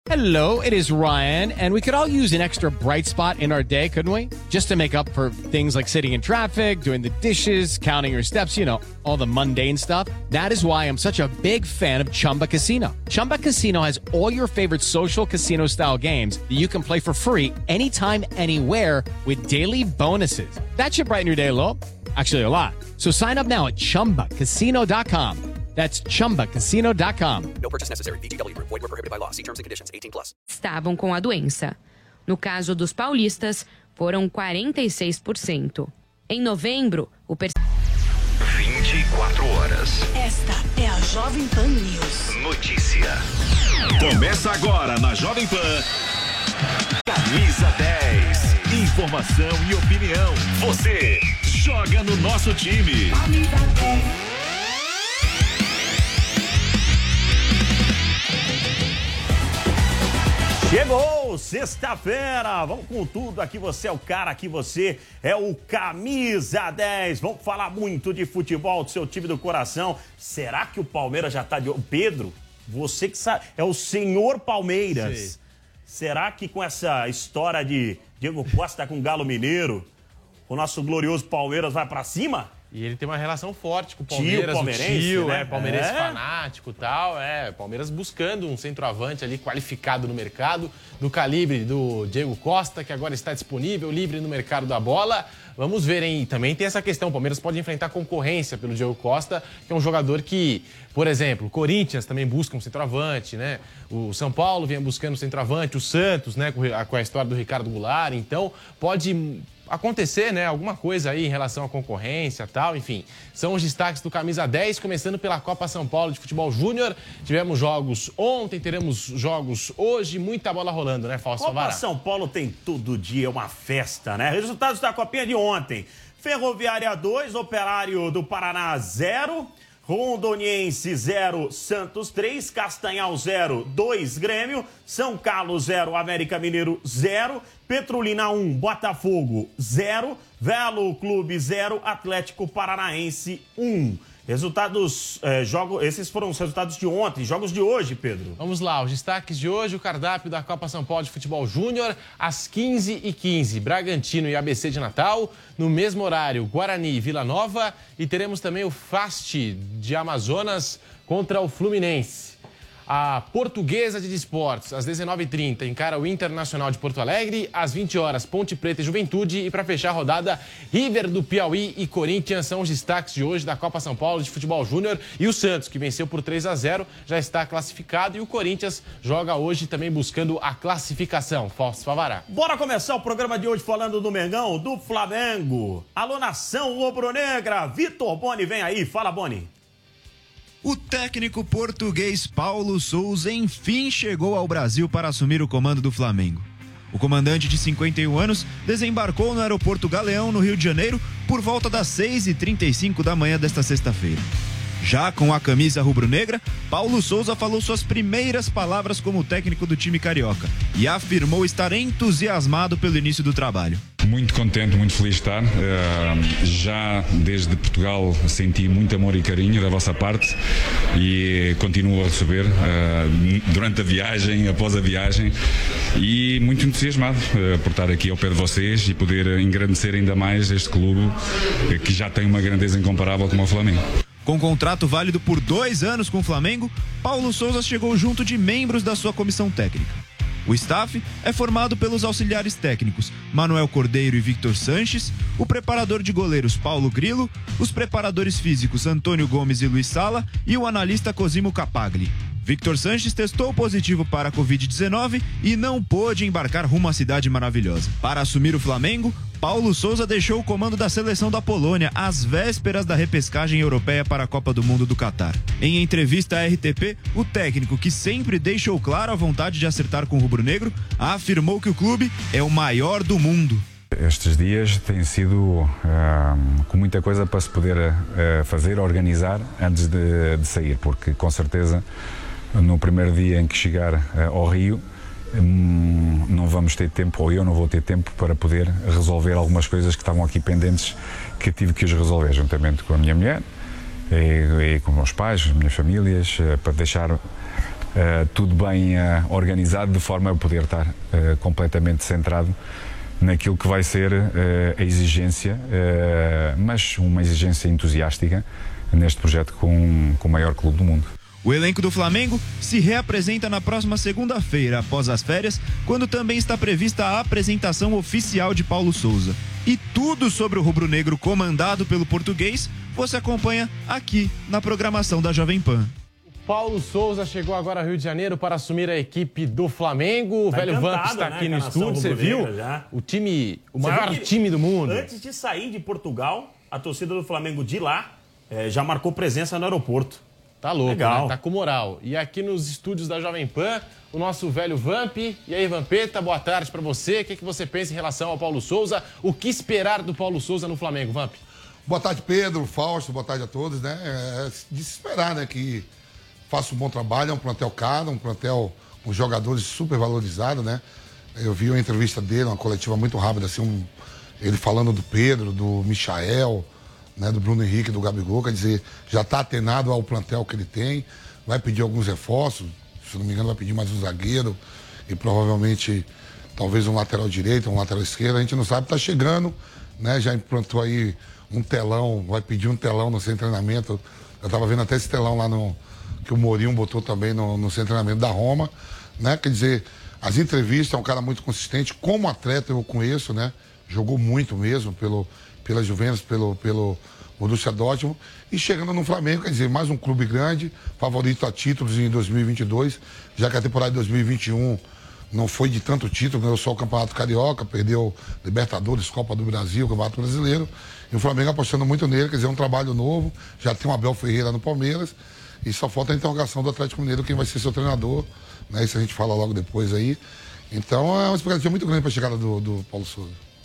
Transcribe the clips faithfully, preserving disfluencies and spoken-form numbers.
Hello, it is Ryan, and we could all use an extra bright spot in our day, couldn't we? Just to make up for things like sitting in traffic, doing the dishes, counting your steps, you know, all the mundane stuff. That is why I'm such a big fan of Chumba Casino. Chumba Casino has all your favorite social casino-style games that you can play for free anytime, anywhere with daily bonuses. That should brighten your day a little. Actually, a lot. So sign up now at chumba casino dot com. That's chumba casino dot com. No purchase necessary. V G W Group. Void where prohibited by law. See terms and conditions. eighteen plus. Estavam com a doença. No caso dos paulistas, foram quarenta e seis por cento. Em novembro, o percentual... vinte e quatro horas. Esta é a Jovem Pan News. Notícia. Começa agora na Jovem Pan. Camisa dez. Informação e opinião. Você joga no nosso time. Camisa dez. Chegou, sexta-feira, vamos com tudo, aqui você é o cara, aqui você é o Camisa dez, vamos falar muito de futebol, do seu time do coração. Será que o Palmeiras já tá de... Pedro, você que sabe, é o senhor Palmeiras. Sim. Será que com essa história de Diego Costa com o Galo Mineiro, o nosso glorioso Palmeiras vai pra cima? E ele tem uma relação forte com o Palmeiras, tio, palmeirense, o tio, né? é, palmeirense é. fanático e tal, é, Palmeiras buscando um centroavante ali qualificado no mercado, do calibre do Diego Costa, que agora está disponível, livre no mercado da bola. Vamos ver, hein? E também tem essa questão, o Palmeiras pode enfrentar concorrência pelo Diego Costa, que é um jogador que, por exemplo, o Corinthians também busca um centroavante, né? O São Paulo vem buscando um centroavante, o Santos, né, com a história do Ricardo Goulart, então pode... acontecer, né, alguma coisa aí em relação à concorrência e tal, enfim. São os destaques do Camisa dez, começando pela Copa São Paulo de Futebol Júnior. Tivemos jogos ontem, teremos jogos hoje, muita bola rolando, né, Fausto Favara? Copa São Paulo tem todo dia uma festa, né? Resultados da Copinha de ontem. Ferroviária dois, Operário do Paraná zero, Rondoniense zero, Santos três, Castanhal zero, dois, Grêmio, São Carlos zero, América Mineiro zero, Petrolina um, Botafogo zero, Velo Clube zero, Atlético Paranaense um. Resultados, eh, jogo, esses foram os resultados de ontem, jogos de hoje, Pedro. Vamos lá, os destaques de hoje, o cardápio da Copa São Paulo de Futebol Júnior, às quinze e quinze, Bragantino e A B C de Natal, no mesmo horário, Guarani e Vila Nova, e teremos também o Fast de Amazonas contra o Fluminense. A Portuguesa de Desportos, às dezenove e trinta, encara o Internacional de Porto Alegre. Às vinte horas, Ponte Preta e Juventude. E para fechar a rodada, River do Piauí e Corinthians são os destaques de hoje da Copa São Paulo de Futebol Júnior. E o Santos, que venceu por três a zero, já está classificado. E o Corinthians joga hoje também buscando a classificação. Fausto Favara. Bora começar o programa de hoje falando do Mengão, do Flamengo. Alô, nação rubro-negra. Vitor Boni, vem aí. Fala, Boni. O técnico português Paulo Sousa enfim chegou ao Brasil para assumir o comando do Flamengo. O comandante de cinquenta e um anos desembarcou no aeroporto Galeão, no Rio de Janeiro, por volta das seis e trinta e cinco da manhã desta sexta-feira. Já com a camisa rubro-negra, Paulo Sousa falou suas primeiras palavras como técnico do time carioca e afirmou estar entusiasmado pelo início do trabalho. Muito contente, muito feliz de estar. Uh, já desde Portugal senti muito amor e carinho da vossa parte e continuo a receber uh, durante a viagem, após a viagem, e muito entusiasmado uh, por estar aqui ao pé de vocês e poder engrandecer ainda mais este clube uh, que já tem uma grandeza incomparável como o Flamengo. Com contrato válido por dois anos com o Flamengo, Paulo Sousa chegou junto de membros da sua comissão técnica. O staff é formado pelos auxiliares técnicos Manuel Cordeiro e Victor Sanches, o preparador de goleiros Paulo Grilo, os preparadores físicos Antônio Gomes e Luiz Sala e o analista Cosimo Capagli. Victor Sanches testou positivo para a covid dezenove e não pôde embarcar rumo à cidade maravilhosa. Para assumir o Flamengo, Paulo Sousa deixou o comando da seleção da Polônia às vésperas da repescagem europeia para a Copa do Mundo do Catar. Em entrevista à R T P, o técnico, que sempre deixou claro a vontade de acertar com o rubro-negro, afirmou que o clube é o maior do mundo. Estes dias têm sido uh, com muita coisa para se poder uh, fazer, organizar antes de, de sair, porque com certeza no primeiro dia em que chegar uh, ao Rio um, não vamos ter tempo, ou eu não vou ter tempo para poder resolver algumas coisas que estavam aqui pendentes, que tive que os resolver juntamente com a minha mulher e, e com os meus pais, as minhas famílias, uh, para deixar uh, tudo bem uh, organizado, de forma a poder estar uh, completamente centrado naquilo que vai ser uh, a exigência, uh, mas uma exigência entusiástica neste projeto com, com o maior clube do mundo. O elenco do Flamengo se reapresenta na próxima segunda-feira, após as férias, quando também está prevista a apresentação oficial de Paulo Souza. E tudo sobre o rubro-negro comandado pelo português, você acompanha aqui na programação da Jovem Pan. Paulo Souza chegou agora ao Rio de Janeiro para assumir a equipe do Flamengo. O tá velho Vamp está né, aqui no estúdio, você viu? Já. O time, o você maior time do mundo. Antes de sair de Portugal, a torcida do Flamengo de lá é, já marcou presença no aeroporto. Tá louco, legal. Né? Tá com moral. E aqui nos estúdios da Jovem Pan, o nosso velho Vamp. E aí, Vampeta, boa tarde para você. O que, que você pensa em relação ao Paulo Souza? O que esperar do Paulo Souza no Flamengo, Vamp? Boa tarde, Pedro, Fausto, boa tarde a todos, né? É de se esperar, né, que faça um bom trabalho, é um plantel caro, um plantel com jogadores super valorizados, né? Eu vi uma entrevista dele, uma coletiva muito rápida, assim, um, ele falando do Pedro, do Michael, né, do Bruno Henrique, do Gabigol, quer dizer, já está atenado ao plantel que ele tem, vai pedir alguns reforços, se não me engano vai pedir mais um zagueiro e provavelmente talvez um lateral direito, um lateral esquerdo, a gente não sabe, está chegando, né, já implantou aí um telão, vai pedir um telão no seu treinamento, eu estava vendo até esse telão lá no, que o Mourinho botou também no, no seu treinamento da Roma, né, quer dizer, as entrevistas, é um cara muito consistente, como atleta eu conheço, né, jogou muito mesmo pelo pela Juventus, pelo, pelo Borussia Dortmund, e chegando no Flamengo, quer dizer, mais um clube grande, favorito a títulos em dois mil e vinte e dois, já que a temporada de dois mil e vinte e um não foi de tanto título, ganhou só o Campeonato Carioca, perdeu Libertadores, Copa do Brasil, Campeonato Brasileiro, e o Flamengo apostando muito nele, quer dizer, é um trabalho novo, já tem o Abel Ferreira no Palmeiras, e só falta a interrogação do Atlético Mineiro, quem vai ser seu treinador, né, isso a gente fala logo depois aí, então é uma expectativa muito grande para a chegada do, do Paulo Souza.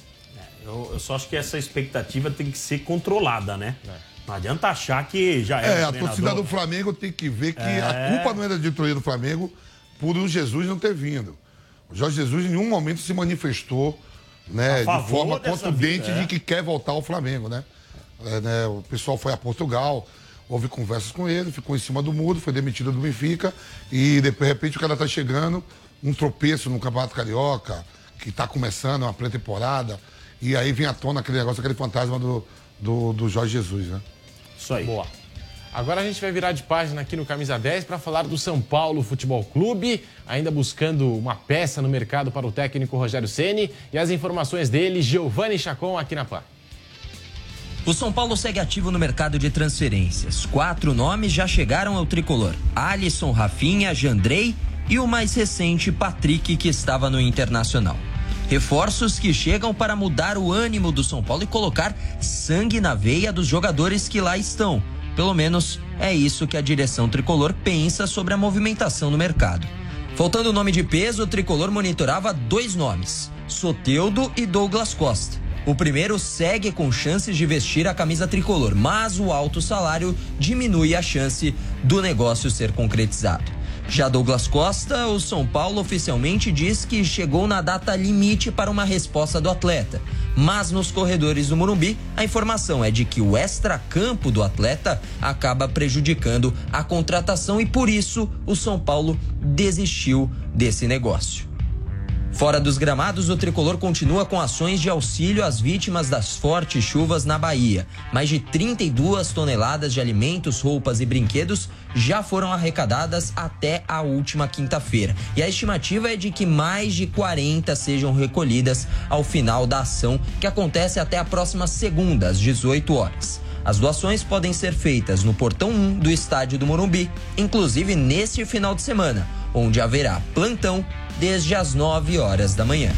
Eu, eu só acho que essa expectativa tem que ser controlada, né? É. Não adianta achar que já é. É, a torcida do Flamengo tem que ver que é... a culpa não é da diretoria do Flamengo por o Jesus não ter vindo. O Jorge Jesus em nenhum momento se manifestou, né, de forma contundente vida, é. de que quer voltar ao Flamengo, né? É, né? O pessoal foi a Portugal, houve conversas com ele, ficou em cima do muro, foi demitido do Benfica e de repente o cara tá chegando, um tropeço no Campeonato Carioca, que tá começando uma pré-temporada. E aí vem à tona aquele negócio, aquele fantasma do, do, do Jorge Jesus, né? Isso aí. Boa. Agora a gente vai virar de página aqui no Camisa dez para falar do São Paulo Futebol Clube, ainda buscando uma peça no mercado para o técnico Rogério Ceni. E as informações dele, Giovanni Chacon, aqui na Pan. O São Paulo segue ativo no mercado de transferências. Quatro nomes já chegaram ao tricolor: Alisson, Rafinha, Jandrei e o mais recente, Patrick, que estava no Internacional. Reforços que chegam para mudar o ânimo do São Paulo e colocar sangue na veia dos jogadores que lá estão. Pelo menos é isso que a direção tricolor pensa sobre a movimentação no mercado. Faltando nome de peso, o tricolor monitorava dois nomes: Soteldo e Douglas Costa. O primeiro segue com chances de vestir a camisa tricolor, mas o alto salário diminui a chance do negócio ser concretizado. Já Douglas Costa, o São Paulo oficialmente diz que chegou na data limite para uma resposta do atleta. Mas nos corredores do Morumbi, a informação é de que o extracampo do atleta acaba prejudicando a contratação e por isso o São Paulo desistiu desse negócio. Fora dos gramados, o tricolor continua com ações de auxílio às vítimas das fortes chuvas na Bahia. Mais de trinta e duas toneladas de alimentos, roupas e brinquedos já foram arrecadadas até a última quinta-feira. E a estimativa é de que mais de quarenta sejam recolhidas ao final da ação, que acontece até a próxima segunda, às dezoito horas. As doações podem ser feitas no portão um do estádio do Morumbi, inclusive neste final de semana, onde haverá plantão desde as nove horas da manhã.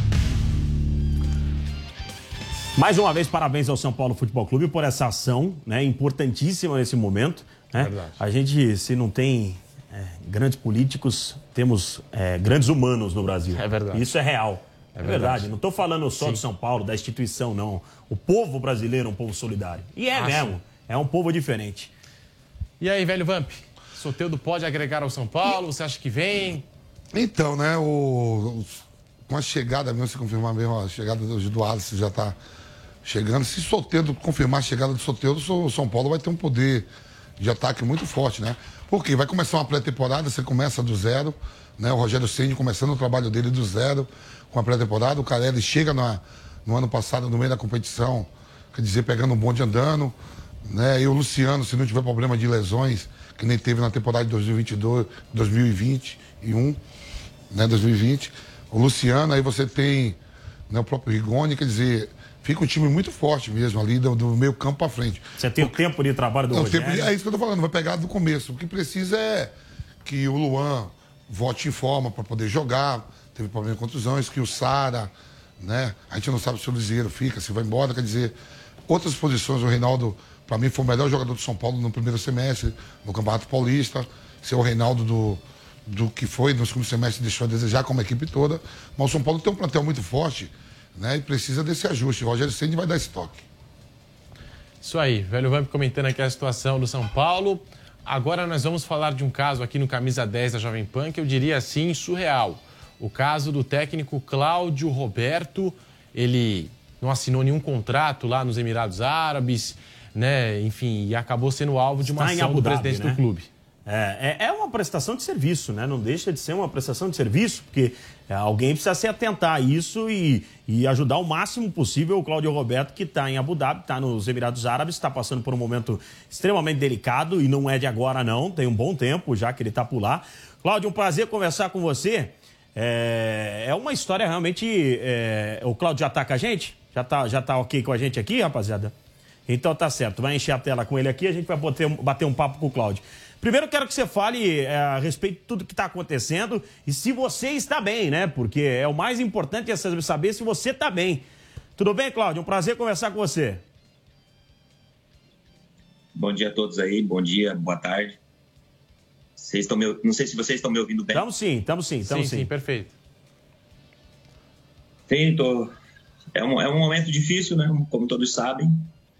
Mais uma vez, parabéns ao São Paulo Futebol Clube por essa ação, né, importantíssima nesse momento. Né? Verdade. A gente, se não tem é, grandes políticos, temos é, grandes humanos no Brasil. É verdade. Isso é real. É, é verdade. verdade. Não estou falando só Sim. de São Paulo, da instituição, não. O povo brasileiro é um povo solidário. E é ah, mesmo. Sim. É um povo diferente. E aí, velho Vamp? Soteldo pode agregar ao São Paulo? Você acha que vem? Então, né, o, com a chegada mesmo, se confirmar mesmo, a chegada do, do Alisson já está chegando. Se Soteldo confirmar a chegada do Soteldo, o São Paulo vai ter um poder de ataque muito forte, né? Porque vai começar uma pré-temporada, você começa do zero, né? O Rogério Ceni começando o trabalho dele do zero com a pré-temporada. O Carelli chega na, no ano passado, no meio da competição, quer dizer, pegando um bonde andando, né? E o Luciano, se não tiver problema de lesões, que nem teve na temporada de dois mil e vinte e dois, dois mil e vinte e um, né? dois mil e vinte. O Luciano, aí você tem, né, o próprio Rigoni, quer dizer, fica um time muito forte mesmo ali, do, do meio campo para frente. Você tem o tempo de trabalho do Não, Rogério? tempo, é isso que eu tô falando, vai pegar do começo. O que precisa é que o Luan volte em forma para poder jogar, teve problema de contusões, que o Sara, né? A gente não sabe se o Lisieiro fica, se vai embora, quer dizer, outras posições, o Reinaldo, para mim, foi o melhor jogador do São Paulo no primeiro semestre, no Campeonato Paulista, ser o Reinaldo do, do que foi no segundo semestre, deixou a desejar como a equipe toda, mas o São Paulo tem um plantel muito forte, né? E precisa desse ajuste. O Rogério Ceni vai dar esse toque. Isso aí, velho Vamp comentando aqui a situação do São Paulo. Agora nós vamos falar de um caso aqui no Camisa dez da Jovem Pan, que eu diria assim, surreal. O caso do técnico Cláudio Roberto. Ele não assinou nenhum contrato lá nos Emirados Árabes, né? Enfim, e acabou sendo alvo de uma Está em ação Abu do Dhabi, presidente né? do clube. É, é, é uma prestação de serviço, né? Não deixa de ser uma prestação de serviço, porque é, alguém precisa se atentar a isso e, e ajudar o máximo possível o Cláudio Roberto, que está em Abu Dhabi, está nos Emirados Árabes, está passando por um momento extremamente delicado e não é de agora não, tem um bom tempo já que ele está por lá. Cláudio, um prazer conversar com você. É, é uma história realmente... É, o Cláudio já está com a gente? Já está já tá ok com a gente aqui, rapaziada? Então tá certo, vai encher a tela com ele aqui e a gente vai bater, bater um papo com o Cláudio. Primeiro eu quero que você fale é, a respeito de tudo que está acontecendo e se você está bem, né? Porque é o mais importante é saber se você está bem. Tudo bem, Cláudio? Um prazer conversar com você. Bom dia a todos aí, bom dia, boa tarde. Vocês estão me... Não sei se vocês estão me ouvindo bem. Estamos sim, estamos sim, estamos sim. Sim, sim, perfeito. Sim, tô... é, um, é um momento difícil, né? Como todos sabem.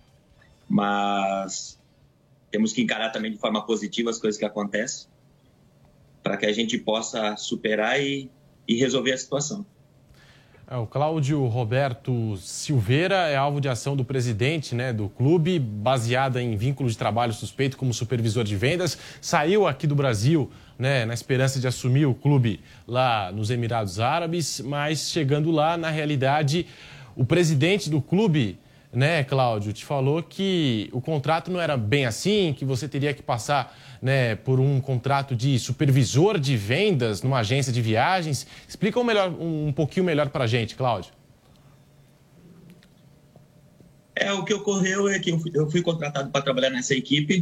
Mas temos que encarar também de forma positiva as coisas que acontecem para que a gente possa superar e, e resolver a situação. É, o Cláudio Roberto Silveira é alvo de ação do presidente, né, do clube, baseada em vínculo de trabalho suspeito como supervisor de vendas. Saiu aqui do Brasil, né, na esperança de assumir o clube lá nos Emirados Árabes, mas chegando lá, na realidade, o presidente do clube, né, Cláudio, te falou que o contrato não era bem assim, que você teria que passar, né, por um contrato de supervisor de vendas numa agência de viagens. Explica um, melhor, um pouquinho melhor para a gente, Cláudio. É, o que ocorreu é que eu fui, eu fui contratado para trabalhar nessa equipe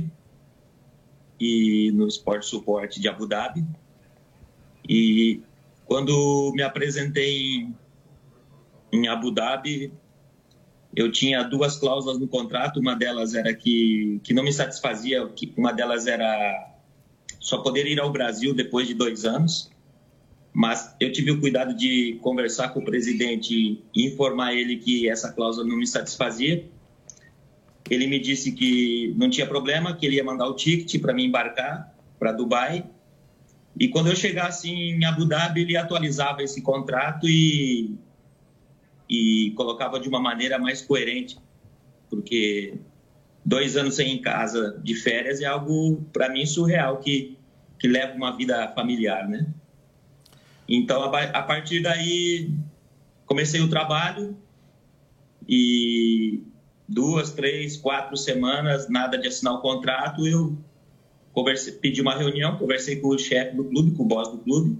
e no Sport Support de Abu Dhabi. E quando me apresentei em, em Abu Dhabi, eu tinha duas cláusulas no contrato, uma delas era que, que não me satisfazia, que uma delas era só poder ir ao Brasil depois de dois anos, mas eu tive o cuidado de conversar com o presidente e informar ele que essa cláusula não me satisfazia. Ele me disse que não tinha problema, que ele ia mandar o ticket para me embarcar para Dubai, e quando eu chegasse em Abu Dhabi, ele atualizava esse contrato e... e colocava de uma maneira mais coerente, porque dois anos sem ir em casa de férias é algo, para mim, surreal, que, que leva uma vida familiar, né? Então, a, a partir daí, comecei o trabalho e duas, três, quatro semanas, nada de assinar o contrato, eu conversei, pedi uma reunião, conversei com o chefe do clube, com o boss do clube,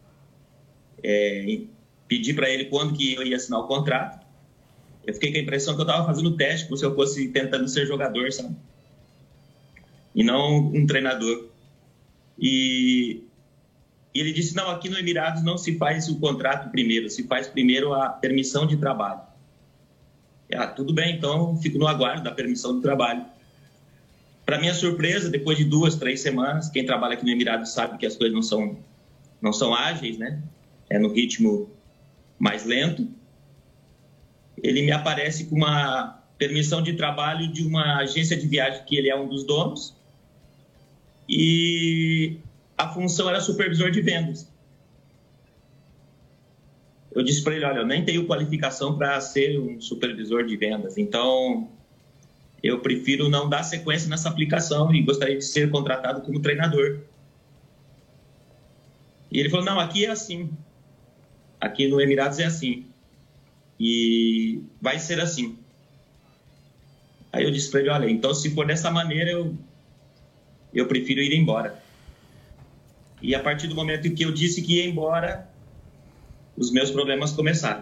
é, pedi para ele quando que eu ia assinar o contrato. Eu fiquei com a impressão que eu estava fazendo teste, como se eu fosse tentando ser jogador, sabe? E não um treinador. E, e ele disse, não, aqui no Emirados não se faz o contrato primeiro, se faz primeiro a permissão de trabalho. Ah, tudo bem, então eu fico no aguardo da permissão de trabalho. Para minha surpresa, depois de duas, três semanas, quem trabalha aqui no Emirados sabe que as coisas não são, não são ágeis, né? É no ritmo mais lento. Ele me aparece com uma permissão de trabalho de uma agência de viagem que ele é um dos donos e a função era supervisor de vendas. Eu disse para ele, olha, eu nem tenho qualificação para ser um supervisor de vendas, então eu prefiro não dar sequência nessa aplicação e gostaria de ser contratado como treinador. E ele falou, não, aqui é assim. Aqui no Emirados é assim. E vai ser assim. Aí eu disse para ele, olha, então se for dessa maneira, eu, eu prefiro ir embora. E a partir do momento em que eu disse que ia embora, os meus problemas começaram.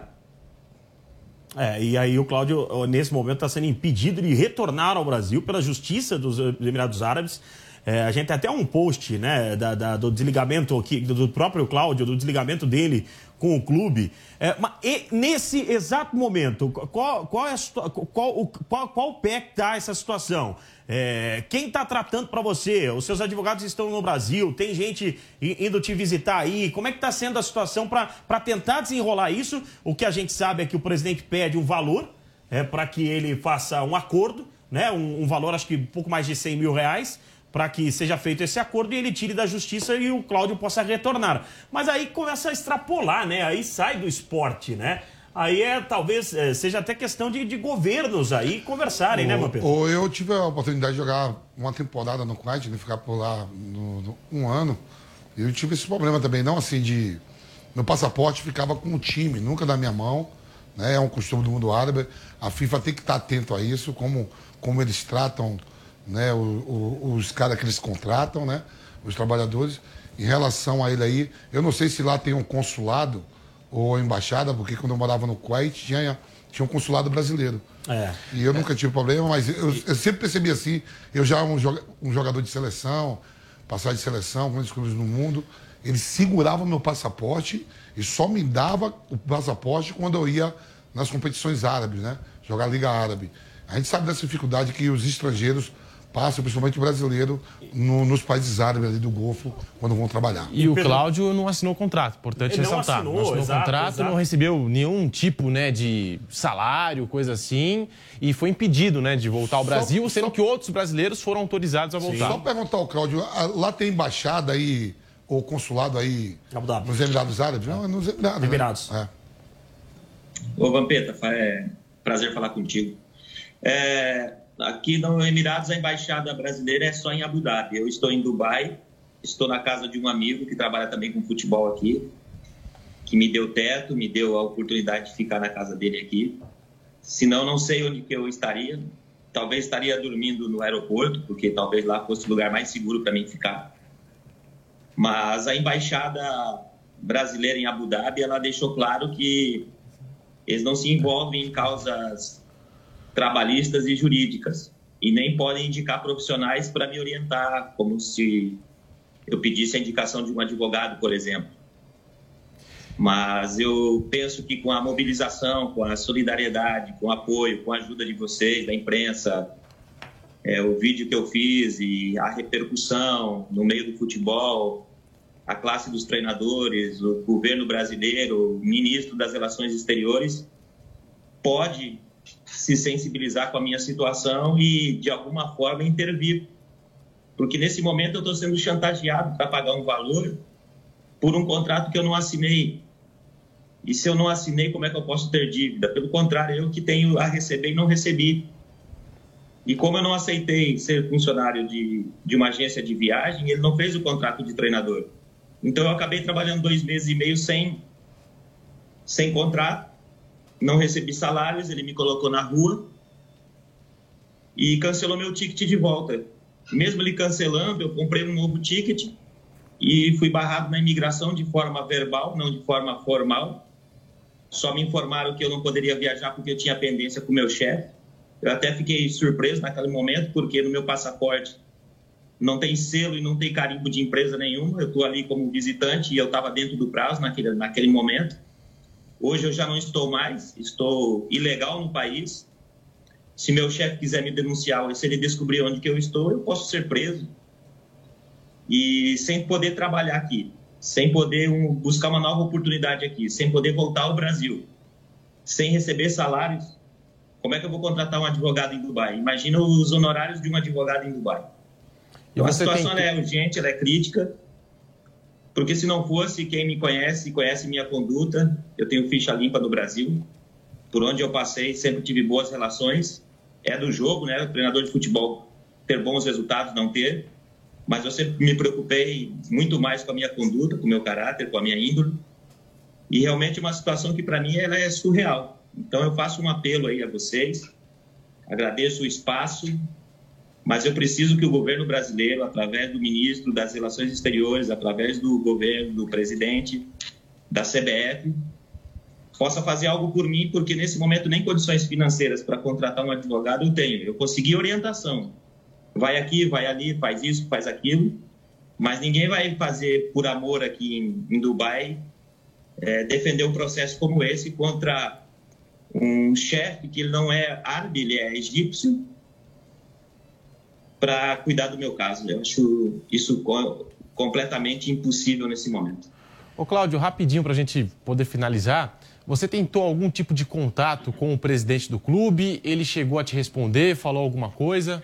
É, e aí o Cláudio, nesse momento, está sendo impedido de retornar ao Brasil pela Justiça dos Emirados Árabes. É, a gente tem até um post, né, da, da, do desligamento aqui, do próprio Cláudio, do desligamento dele com o clube. É, mas e nesse exato momento, qual, qual, é a, qual, qual, qual pé que está essa situação? É, quem está tratando para você? Os seus advogados estão no Brasil, tem gente indo te visitar aí. Como é que está sendo a situação para tentar desenrolar isso? O que a gente sabe é que o presidente pede um valor é, para que ele faça um acordo, né, um, um valor acho que um pouco mais de cem mil reais, para que seja feito esse acordo e ele tire da justiça e o Cláudio possa retornar. Mas aí começa a extrapolar, né? Aí sai do esporte, né? Aí é, talvez é, seja até questão de, de governos aí conversarem, o, né, meu Pedro? Ou eu tive a oportunidade de jogar uma temporada no Kuwait, de ficar por lá no, no, um ano, e eu tive esse problema também, não assim de... Meu passaporte ficava com o time, nunca na minha mão, né? É um costume do mundo árabe. A FIFA tem que estar atento a isso, como, como eles tratam... Né, o, o, os caras que eles contratam, né, os trabalhadores. Em relação a ele aí, eu não sei se lá tem um consulado ou embaixada, porque quando eu morava no Kuwait tinha, tinha um consulado brasileiro. É. E eu nunca tive problema, mas eu, eu sempre percebi assim, eu já um, um jogador de seleção, passagem de seleção, grandes clubes no mundo, ele segurava meu passaporte e só me dava o passaporte quando eu ia nas competições árabes, né, jogar Liga Árabe. A gente sabe dessa dificuldade que os estrangeiros passam, principalmente o brasileiro, no, nos países árabes ali do Golfo, quando vão trabalhar. E o Cláudio não assinou o contrato, importante Ele ressaltar. Não assinou, não assinou exato, o contrato, exato. não recebeu nenhum tipo, né, de salário, coisa assim, e foi impedido, né, de voltar ao Só- Brasil, sendo só- que outros brasileiros foram autorizados a voltar. Só perguntar ao Cláudio, a- lá tem embaixada aí, ou consulado aí Abu Dhabi. nos Emirados Árabes? Não, é nos Emirados. né? Emirados. É. Ô, Vampeta, é prazer falar contigo. É, aqui no Emirados, a embaixada brasileira é só em Abu Dhabi. Eu estou em Dubai, estou na casa de um amigo que trabalha também com futebol aqui, que me deu teto, me deu a oportunidade de ficar na casa dele aqui. Senão, não sei onde que eu estaria. Talvez estaria dormindo no aeroporto, porque talvez lá fosse o lugar mais seguro para mim ficar. Mas a embaixada brasileira em Abu Dhabi, ela deixou claro que eles não se envolvem em causas trabalhistas e jurídicas e nem podem indicar profissionais para me orientar, como se eu pedisse a indicação de um advogado, por exemplo. Mas eu penso que com a mobilização, com a solidariedade, com o apoio, com a ajuda de vocês, da imprensa, é, o vídeo que eu fiz e a repercussão no meio do futebol, a classe dos treinadores, o governo brasileiro, o ministro das Relações Exteriores, pode se sensibilizar com a minha situação e, de alguma forma, intervir. Porque, nesse momento, eu estou sendo chantageado para pagar um valor por um contrato que eu não assinei. E se eu não assinei, como é que eu posso ter dívida? Pelo contrário, eu que tenho a receber e não recebi. E como eu não aceitei ser funcionário de, de uma agência de viagem, ele não fez o contrato de treinador. Então, eu acabei trabalhando dois meses e meio sem, sem contrato, não recebi salários, ele me colocou na rua e cancelou meu ticket de volta. Mesmo ele cancelando, eu comprei um novo ticket e fui barrado na imigração de forma verbal, não de forma formal. Só me informaram que eu não poderia viajar porque eu tinha pendência com o meu chefe. Eu até fiquei surpreso naquele momento, porque no meu passaporte não tem selo e não tem carimbo de empresa nenhuma. Eu estou ali como visitante e eu estava dentro do prazo naquele, naquele momento. Hoje eu já não estou mais, estou ilegal no país. Se meu chefe quiser me denunciar ou se ele descobrir onde que eu estou, eu posso ser preso. E sem poder trabalhar aqui, sem poder um, buscar uma nova oportunidade aqui, sem poder voltar ao Brasil, sem receber salários, como é que eu vou contratar um advogado em Dubai? Imagina os honorários de um advogado em Dubai. Então, a situação tem... ela é urgente, ela é crítica, porque se não fosse, quem me conhece, conhece minha conduta, eu tenho ficha limpa no Brasil, por onde eu passei, sempre tive boas relações, é do jogo, né? O treinador de futebol ter bons resultados, não ter. Mas eu sempre me preocupei muito mais com a minha conduta, com o meu caráter, com a minha índole. E realmente é uma situação que, para mim, ela é surreal. Então, eu faço um apelo aí a vocês. Agradeço o espaço, mas eu preciso que o governo brasileiro, através do ministro das Relações Exteriores, através do governo, do presidente, da C B F, possa fazer algo por mim, porque nesse momento nem condições financeiras para contratar um advogado eu tenho. Eu consegui orientação. Vai aqui, vai ali, faz isso, faz aquilo, mas ninguém vai fazer por amor aqui em, em Dubai é, defender um processo como esse contra um chefe que ele não é árabe, ele é egípcio, para cuidar do meu caso. Eu acho isso co- completamente impossível nesse momento. Ô Cláudio, rapidinho para a gente poder finalizar, você tentou algum tipo de contato com o presidente do clube? Ele chegou a te responder, falou alguma coisa?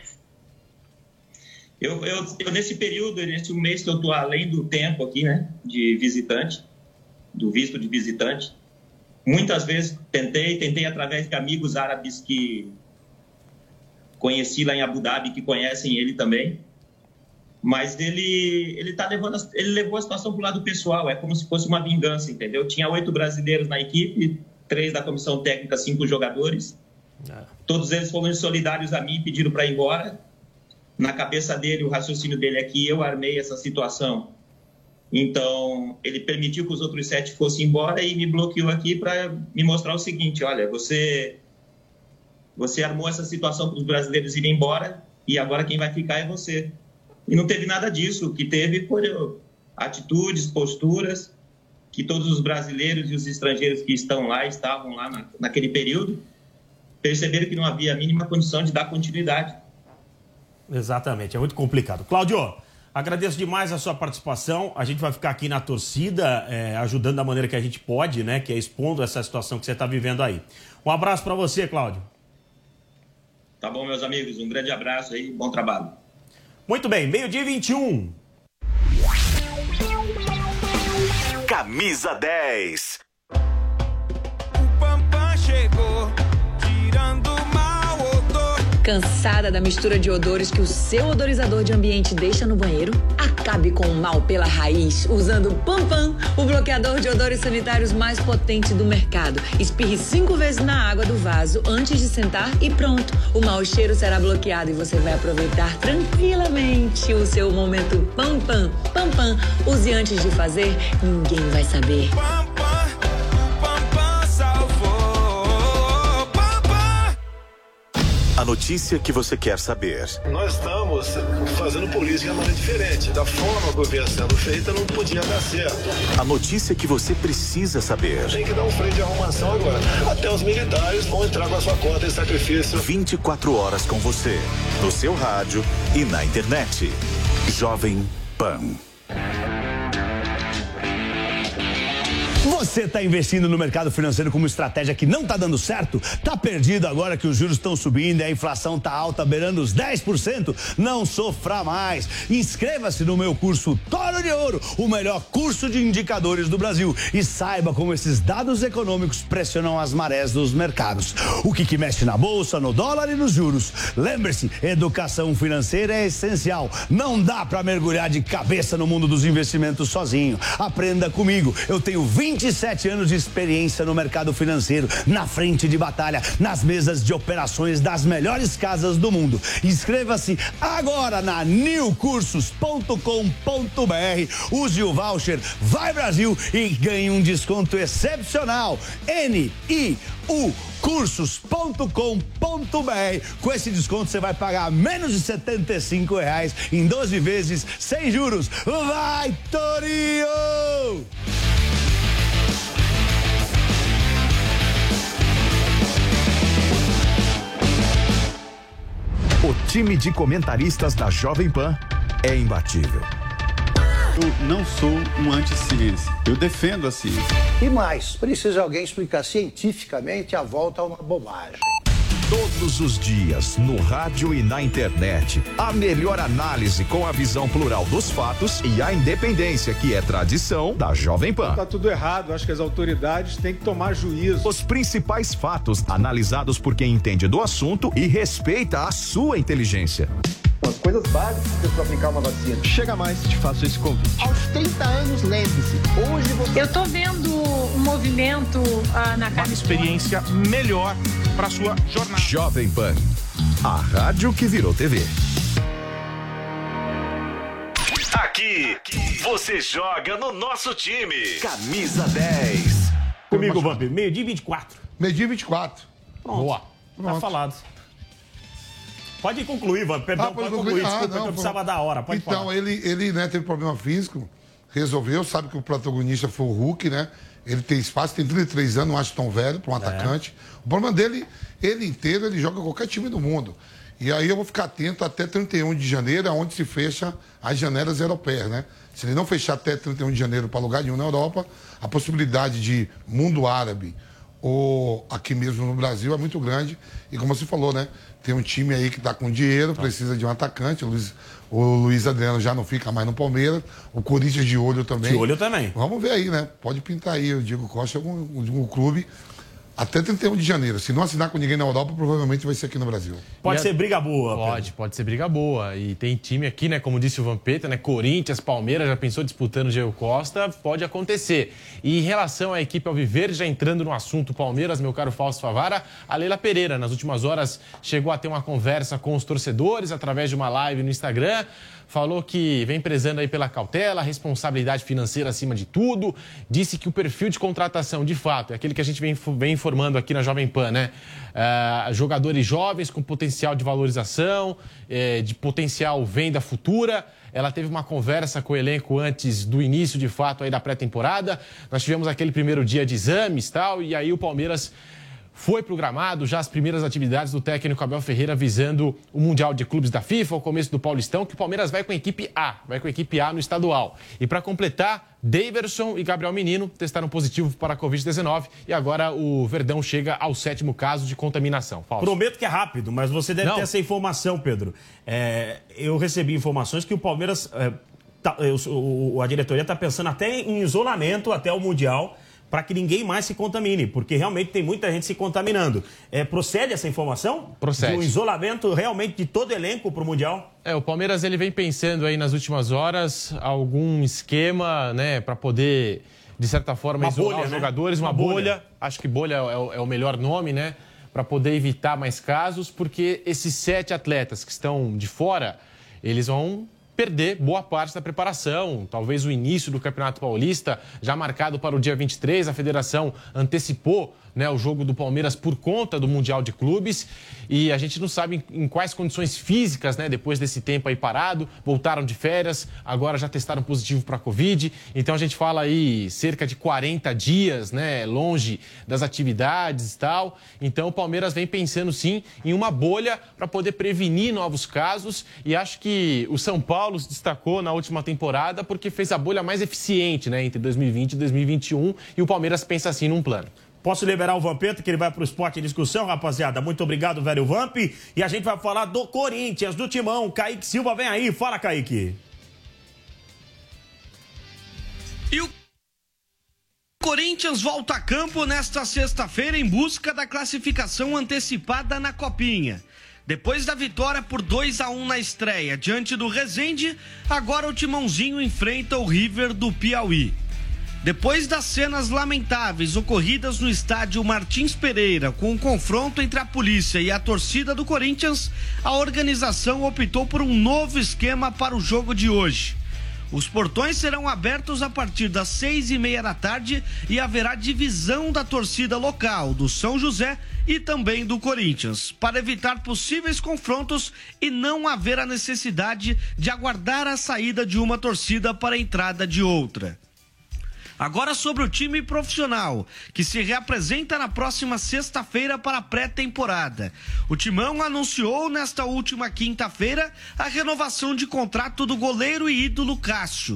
Eu, eu, eu nesse período, nesse mês que eu estou além do tempo aqui, né, de visitante, do visto de visitante, muitas vezes tentei, tentei através de amigos árabes que conheci lá em Abu Dhabi, que conhecem ele também, mas ele, ele, tá levando, ele levou a situação para o lado pessoal, é como se fosse uma vingança, entendeu? Tinha oito brasileiros na equipe, três da comissão técnica, cinco jogadores, é. Todos eles foram solidários a mim, pediram para ir embora. Na cabeça dele, o raciocínio dele é que eu armei essa situação. Então, ele permitiu que os outros sete fossem embora e me bloqueou aqui para me mostrar o seguinte: olha, você, você armou essa situação para os brasileiros irem embora e agora quem vai ficar é você. E não teve nada disso. O que teve foram atitudes, posturas, que todos os brasileiros e os estrangeiros que estão lá, estavam lá na, naquele período, perceberam que não havia a mínima condição de dar continuidade. Exatamente, é muito complicado. Cláudio, agradeço demais a sua participação. A gente vai ficar aqui na torcida, é, ajudando da maneira que a gente pode, né? Que é expondo essa situação que você está vivendo aí. Um abraço para você, Cláudio. Tá bom, meus amigos. Um grande abraço aí, bom trabalho. Muito bem, meio-dia e vinte e um. Camisa dez. O Pampam chegou, tirando mau odor. Cansada da mistura de odores que o seu odorizador de ambiente deixa no banheiro? Acabe com o mal pela raiz usando o Pampam, o bloqueador de odores sanitários mais potente do mercado. Espirre cinco vezes na água do vaso antes de sentar e pronto. O mau cheiro será bloqueado e você vai aproveitar tranquilamente o seu momento Pampam. Pampam, use antes de fazer, ninguém vai saber. A notícia que você quer saber. Nós estamos fazendo política de maneira diferente. Da forma que vinha sendo feita, não podia dar certo. A notícia que você precisa saber. Tem que dar um freio de arrumação agora. Até os militares vão entrar com a sua conta em sacrifício. vinte e quatro horas com você. No seu rádio e na internet. Jovem Pan. Você está investindo no mercado financeiro como estratégia que não está dando certo? Está perdido agora que os juros estão subindo e a inflação está alta, beirando os dez por cento? Não sofra mais. Inscreva-se no meu curso Toro de Ouro, o melhor curso de indicadores do Brasil. E saiba como esses dados econômicos pressionam as marés dos mercados. O que, que mexe na bolsa, no dólar e nos juros. Lembre-se, educação financeira é essencial. Não dá para mergulhar de cabeça no mundo dos investimentos sozinho. Aprenda comigo. Eu tenho vinte e sete anos de experiência no mercado financeiro, na frente de batalha, nas mesas de operações das melhores casas do mundo. Inscreva-se agora na new cursos ponto com ponto b r, use o voucher Vai Brasil e ganhe um desconto excepcional. N I U cursos ponto com ponto b r. Com esse desconto você vai pagar menos de setenta e cinco reais em doze vezes sem juros. Vai, Torinho! O time de comentaristas da Jovem Pan é imbatível. Eu não sou um anti-ciência, eu defendo a ciência. E mais, precisa alguém explicar cientificamente a volta a uma bobagem. Todos os dias, no rádio e na internet. A melhor análise com a visão plural dos fatos e a independência, que é tradição da Jovem Pan. Tá tudo errado, acho que as autoridades têm que tomar juízo. Os principais fatos analisados por quem entende do assunto e respeita a sua inteligência. As coisas básicas para aplicar uma vacina. Chega mais, te faço esse convite. Aos trinta anos, lembre-se, hoje você... Eu tô vendo um movimento uh, na Uma experiência melhor para sua jornada. Jovem Pan, a rádio que virou T V. Aqui, você joga no nosso time. Camisa dez. Comigo, Vamp, meio-dia e vinte e quatro. Meio-dia e vinte e quatro. Pronto. Boa. Tá falado. Pode concluir, Vamp. Perdão, ah, pode, pode concluir. concluir. Desculpa, ah, não, eu precisava da hora. Pode então, falar. ele, ele né, teve problema físico, resolveu, sabe que o protagonista foi o Hulk, né? Ele tem espaço, tem trinta e três anos, não acho tão velho para um atacante. O problema dele, ele inteiro, ele joga qualquer time do mundo. E aí eu vou ficar atento até trinta e um de janeiro, é onde se fecha as janelas europeias, né? Se ele não fechar até trinta e um de janeiro para lugar nenhum na Europa, a possibilidade de mundo árabe ou aqui mesmo no Brasil é muito grande. E como você falou, né? Tem um time aí que está com dinheiro, precisa de um atacante. O Luiz, o Luiz Adriano já não fica mais no Palmeiras. O Corinthians de olho também. De olho também. Vamos ver aí, né? Pode pintar aí o Diego Costa, algum, algum clube. Até trinta e um de janeiro. Se não assinar com ninguém na Europa, provavelmente vai ser aqui no Brasil. Pode a... ser briga boa. Pode, Pedro. pode ser briga boa. E tem time aqui, né? Como disse o Vampeta, né? Corinthians, Palmeiras, já pensou disputando o Diego Costa? Pode acontecer. E em relação à equipe alviverde, já entrando no assunto Palmeiras, meu caro Fausto Favara, a Leila Pereira, nas últimas horas, chegou a ter uma conversa com os torcedores através de uma live no Instagram. Falou que vem prezando aí pela cautela, responsabilidade financeira acima de tudo. Disse que o perfil de contratação, de fato, é aquele que a gente vem, vem informando aqui na Jovem Pan, né? Uh, jogadores jovens com potencial de valorização, eh, de potencial venda futura. Ela teve uma conversa com o elenco antes do início, de fato, aí da pré-temporada. Nós tivemos aquele primeiro dia de exames e tal, e aí o Palmeiras... Foi programado já as primeiras atividades do técnico Abel Ferreira visando o Mundial de Clubes da FIFA, o começo do Paulistão, que o Palmeiras vai com a equipe A, vai com a equipe A no estadual. E para completar, Daverson e Gabriel Menino testaram positivo para a covid dezenove e agora o Verdão chega ao sétimo caso de contaminação. Fausto. Prometo que é rápido, mas você deve Não. ter essa informação, Pedro. É, eu recebi informações que o Palmeiras, é, tá, o, o, a diretoria está pensando até em isolamento até o Mundial, para que ninguém mais se contamine, porque realmente tem muita gente se contaminando. É, procede essa informação? Procede. De um isolamento realmente de todo elenco para o Mundial? É, o Palmeiras ele vem pensando aí nas últimas horas algum esquema, né, para poder, de certa forma, uma isolar bolha, os né? jogadores, uma, uma bolha. bolha. Acho que bolha é o, é o melhor nome, né, para poder evitar mais casos, porque esses sete atletas que estão de fora, eles vão perder boa parte da preparação, talvez o início do Campeonato Paulista, já marcado para o dia vinte e três, a federação antecipou, né, o jogo do Palmeiras por conta do Mundial de Clubes e a gente não sabe em, em quais condições físicas, né, depois desse tempo aí parado, voltaram de férias, agora já testaram positivo para a Covid, então a gente fala aí cerca de quarenta dias, né, longe das atividades e tal, então o Palmeiras vem pensando sim em uma bolha para poder prevenir novos casos e acho que o São Paulo se destacou na última temporada porque fez a bolha mais eficiente, né, entre dois mil e vinte e dois mil e vinte e um e o Palmeiras pensa assim num plano. Posso liberar o Vampeta, que ele vai para o Esporte em Discussão, rapaziada? Muito obrigado, velho Vamp. E a gente vai falar do Corinthians, do Timão. Kaique Silva, vem aí. Fala, Kaique. E o Corinthians volta a campo nesta sexta-feira em busca da classificação antecipada na Copinha. Depois da vitória por dois a um na estreia diante do Resende, agora o Timãozinho enfrenta o River do Piauí. Depois das cenas lamentáveis ocorridas no estádio Martins Pereira com o confronto entre a polícia e a torcida do Corinthians, a organização optou por um novo esquema para o jogo de hoje. Os portões serão abertos a partir das seis e meia da tarde e haverá divisão da torcida local, do São José e também do Corinthians, para evitar possíveis confrontos e não haver a necessidade de aguardar a saída de uma torcida para a entrada de outra. Agora sobre o time profissional, que se reapresenta na próxima sexta-feira para a pré-temporada. O Timão anunciou nesta última quinta-feira a renovação de contrato do goleiro e ídolo Cássio.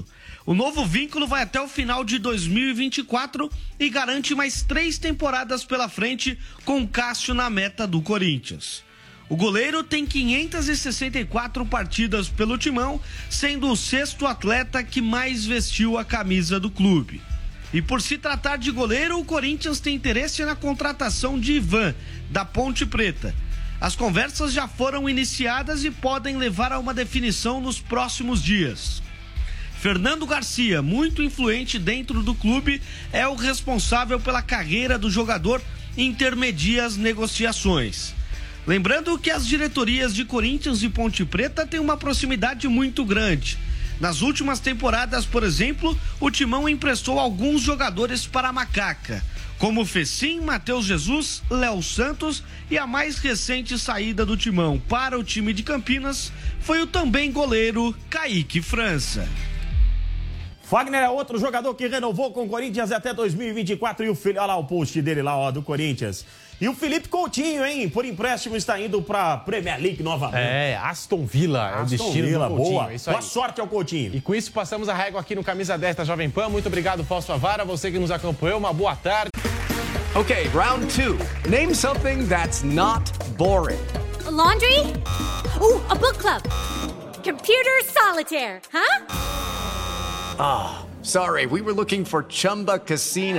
O novo vínculo vai até o final de dois mil e vinte e quatro e garante mais três temporadas pela frente com Cássio na meta do Corinthians. O goleiro tem quinhentas e sessenta e quatro partidas pelo Timão, sendo o sexto atleta que mais vestiu a camisa do clube. E por se tratar de goleiro, o Corinthians tem interesse na contratação de Ivan, da Ponte Preta. As conversas já foram iniciadas e podem levar a uma definição nos próximos dias. Fernando Garcia, muito influente dentro do clube, é o responsável pela carreira do jogador e intermedia as negociações. Lembrando que as diretorias de Corinthians e Ponte Preta têm uma proximidade muito grande. Nas últimas temporadas, por exemplo, o Timão emprestou alguns jogadores para a Macaca, como Fecim, Matheus Jesus, Léo Santos, e a mais recente saída do Timão para o time de Campinas foi o também goleiro Kaique França. Fagner é outro jogador que renovou com o Corinthians até dois mil e vinte e quatro e o filho, olha lá o post dele lá, ó, do Corinthians. E o Felipe Coutinho, hein, por empréstimo está indo para Premier League novamente. É, Aston Villa é o destino Villa, do Coutinho. boa. Isso Boa aí. sorte ao Coutinho. E com isso passamos a régua aqui no Camisa dez da Jovem Pan. Muito obrigado, Fausto Avara, você que nos acompanhou, uma boa tarde. Okay, round two. Name something that's not boring. A laundry? Ooh, a book club. Computer solitaire, huh? Ah, oh, sorry, we were looking for Chumba Casino.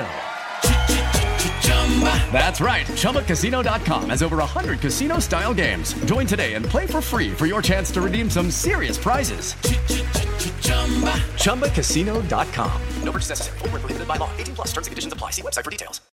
That's right, Chumba Casino dot com has over one hundred casino-style games. Join today and play for free for your chance to redeem some serious prizes. Chumba Casino dot com. No purchase necessary. Void where prohibited by law. eighteen plus terms and conditions apply. See website for details.